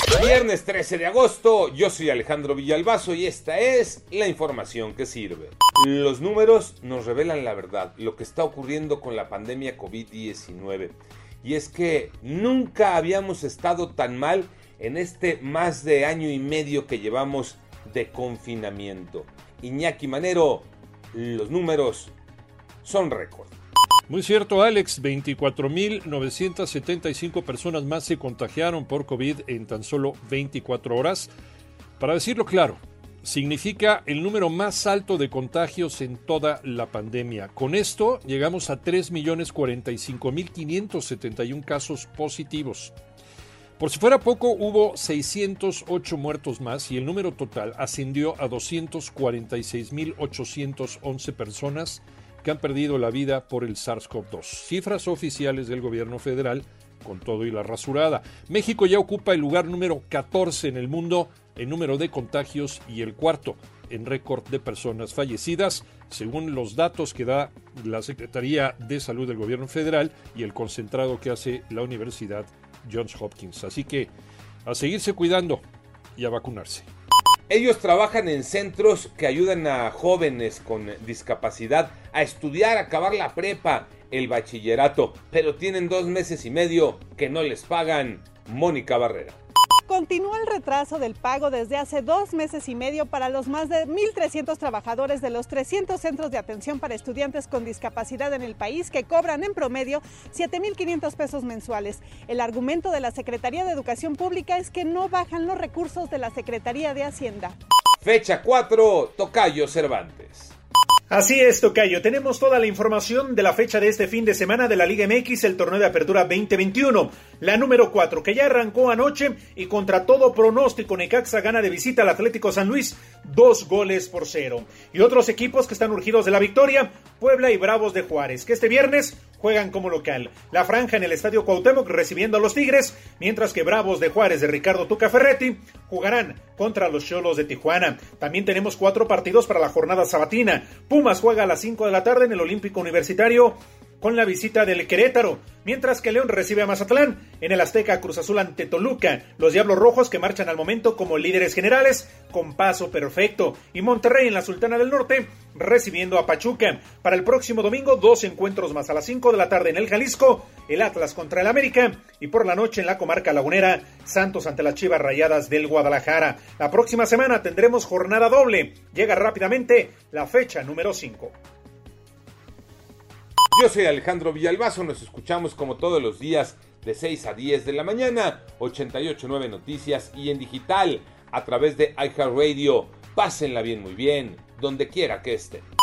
Viernes 13 de agosto, yo soy Alejandro Villalbazo y esta es la información que sirve. Los números nos revelan la verdad, lo que está ocurriendo con la pandemia COVID-19. Y es que nunca habíamos estado tan mal en este más de año y medio que llevamos de confinamiento. Iñaki Manero, los números son récord. Muy cierto, Alex, 24,975 personas más se contagiaron por COVID en tan solo 24 horas. Para decirlo claro, significa el número más alto de contagios en toda la pandemia. Con esto llegamos a 3,045,571 casos positivos. Por si fuera poco, hubo 608 muertos más y el número total ascendió a 246,811 personas que han perdido la vida por el SARS-CoV-2. Cifras oficiales del gobierno federal, con todo y la rasurada. México ya ocupa el lugar número 14 en el mundo en número de contagios y el cuarto en récord de personas fallecidas, según los datos que da la Secretaría de Salud del gobierno federal y el concentrado que hace la Universidad Johns Hopkins. Así que a seguirse cuidando y a vacunarse. Ellos trabajan en centros que ayudan a jóvenes con discapacidad a estudiar, a acabar la prepa, el bachillerato, pero tienen 2 meses y medio que no les pagan. Mónica Barrera. Continúa el retraso del pago desde hace 2 meses y medio para los más de 1,300 trabajadores de los 300 centros de atención para estudiantes con discapacidad en el país que cobran en promedio 7,500 pesos mensuales. El argumento de la Secretaría de Educación Pública es que no bajan los recursos de la Secretaría de Hacienda. Fecha 4, Tocayo Cervantes. Así es, Tocayo. Tenemos toda la información de la fecha de este fin de semana de la Liga MX, el torneo de apertura 2021. La número 4, que ya arrancó anoche y contra todo pronóstico, Necaxa gana de visita al Atlético San Luis 2-0. Y otros equipos que están urgidos de la victoria, Puebla y Bravos de Juárez, que este viernes juegan como local. La Franja en el Estadio Cuauhtémoc recibiendo a los Tigres, mientras que Bravos de Juárez de Ricardo Tuca Ferretti jugarán contra los Xolos de Tijuana. También tenemos 4 partidos para la jornada sabatina. Pumas juega a las 5 de la tarde en el Olímpico Universitario con la visita del Querétaro, mientras que León recibe a Mazatlán en el Azteca. Cruz Azul ante Toluca, los Diablos Rojos que marchan al momento como líderes generales con paso perfecto, y Monterrey en la Sultana del Norte recibiendo a Pachuca. Para el próximo domingo 2 encuentros más: a las 5 de la tarde en el Jalisco, el Atlas contra el América, y por la noche en la comarca lagunera, Santos ante las Chivas Rayadas del Guadalajara. La próxima semana tendremos jornada doble. Llega rápidamente la fecha número 5. Yo soy Alejandro Villalbazo, nos escuchamos como todos los días de 6 a 10 de la mañana, 88.9 Noticias y en digital a través de iHeartRadio. Pásenla bien, muy bien, donde quiera que estén.